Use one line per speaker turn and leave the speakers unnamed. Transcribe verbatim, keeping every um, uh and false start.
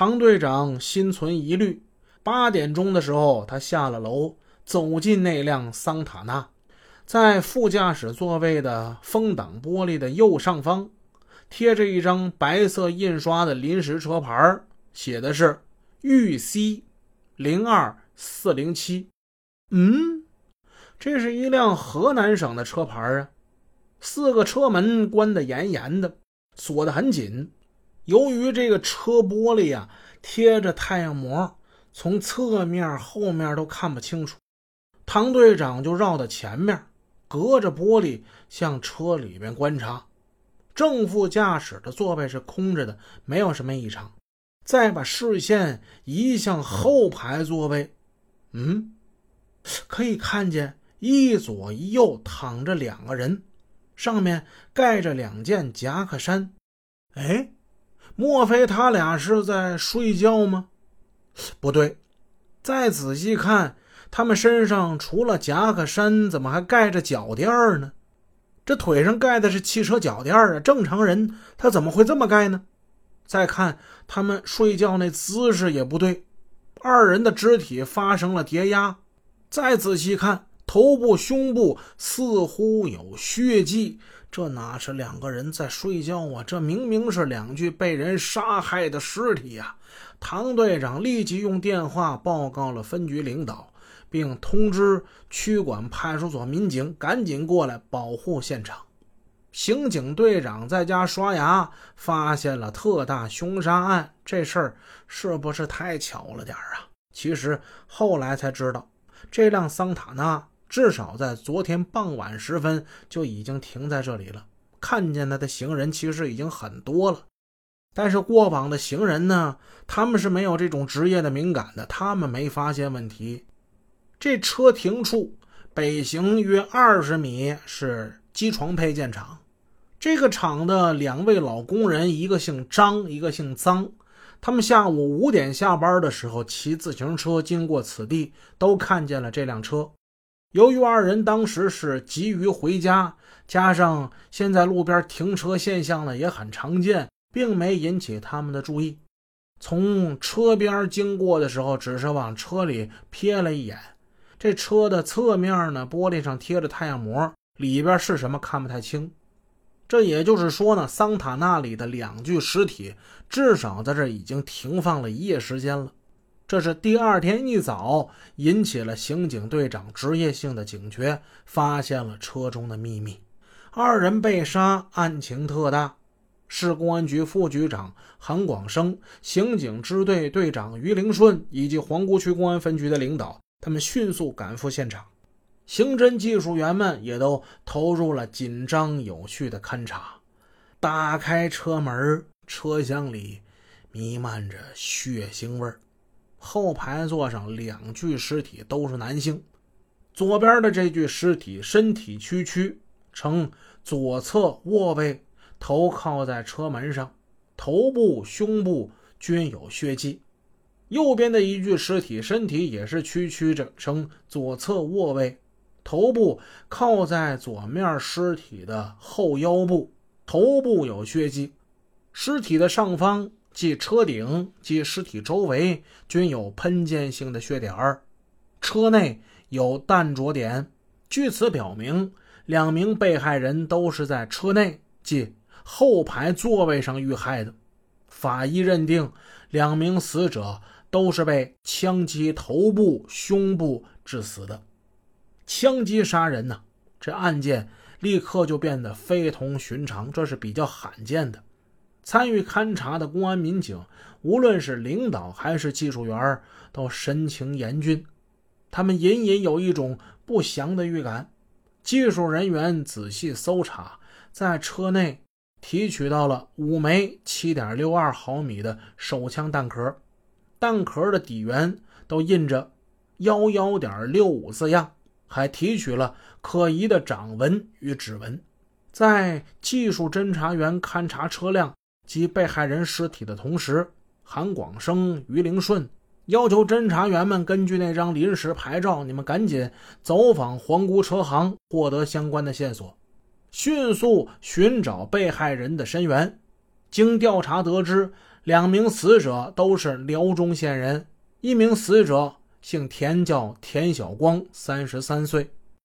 唐队长心存疑虑，八点钟的时候他下了楼，走进那辆桑塔纳，在副驾驶座位的风挡玻璃的右上方贴着一张白色印刷的临时车牌，写的是豫 C 零二四零七。嗯，这是一辆河南省的车牌啊，四个车门关得严严的，锁得很紧。由于这个车玻璃啊贴着太阳膜，从侧面后面都看不清楚。唐队长就绕到前面，隔着玻璃向车里边观察。正副驾驶的座位是空着的，没有什么异常。再把视线移向后排座位，嗯，可以看见一左一右躺着两个人，上面盖着两件夹克衫。哎，莫非他俩是在睡觉吗？不对，再仔细看，他们身上除了夹克衫，怎么还盖着脚垫呢？这腿上盖的是汽车脚垫啊，正常人他怎么会这么盖呢？再看他们睡觉那姿势也不对，二人的肢体发生了叠压。再仔细看，头部胸部似乎有血迹，这哪是两个人在睡觉啊，这明明是两具被人杀害的尸体啊！唐队长立即用电话报告了分局领导，并通知区管派出所民警赶紧过来保护现场。刑警队长在家刷牙，发现了特大凶杀案，这事儿是不是太巧了点啊？其实后来才知道，这辆桑塔纳至少在昨天傍晚时分就已经停在这里了，看见他的行人其实已经很多了。但是过往的行人呢，他们是没有这种职业的敏感的，他们没发现问题。这车停处北行约二十米是机床配件厂，这个厂的两位老工人，一个姓张，一个姓臧，他们下午五点下班的时候骑自行车经过此地，都看见了这辆车。由于二人当时是急于回家，加上现在路边停车现象呢也很常见，并没引起他们的注意。从车边经过的时候，只是往车里瞥了一眼。这车的侧面呢，玻璃上贴着太阳膜，里边是什么看不太清。这也就是说呢，桑塔纳里的两具尸体至少在这已经停放了一夜时间了。这是第二天一早引起了刑警队长职业性的警觉，发现了车中的秘密。二人被杀，案情特大。市公安局副局长韩广生、刑警支队队长于灵顺以及皇姑区公安分局的领导，他们迅速赶赴现场。刑侦技术员们也都投入了紧张有序的勘查。打开车门，车厢里弥漫着血腥味儿。后排座上两具尸体都是男性，左边的这具尸体身体屈曲，呈左侧卧位，头靠在车门上，头部胸部均有血迹。右边的一具尸体身体也是屈曲着，呈左侧卧位，头部靠在左面尸体的后腰部，头部有血迹。尸体的上方即车顶及尸体周围均有喷溅性的血点儿，车内有弹着点。据此表明，两名被害人都是在车内即后排座位上遇害的。法医认定两名死者都是被枪击头部、胸部致死的。枪击杀人呢、啊，这案件立刻就变得非同寻常，这是比较罕见的。参与勘查的公安民警，无论是领导还是技术员，都神情严峻，他们隐隐有一种不祥的预感。技术人员仔细搜查，在车内提取到了五枚 七点六二毫米的手枪弹壳，弹壳的底缘都印着一一点六五字样，还提取了可疑的掌纹与指纹。在技术侦查员勘查车辆及被害人尸体的同时，韩广生、于灵顺要求侦查员们根据那张临时牌照，你们赶紧走访皇姑车行，获得相关的线索，迅速寻找被害人的身源。经调查得知， 两名死者都是辽中县人，一名死者姓田，叫田小光，三十三岁。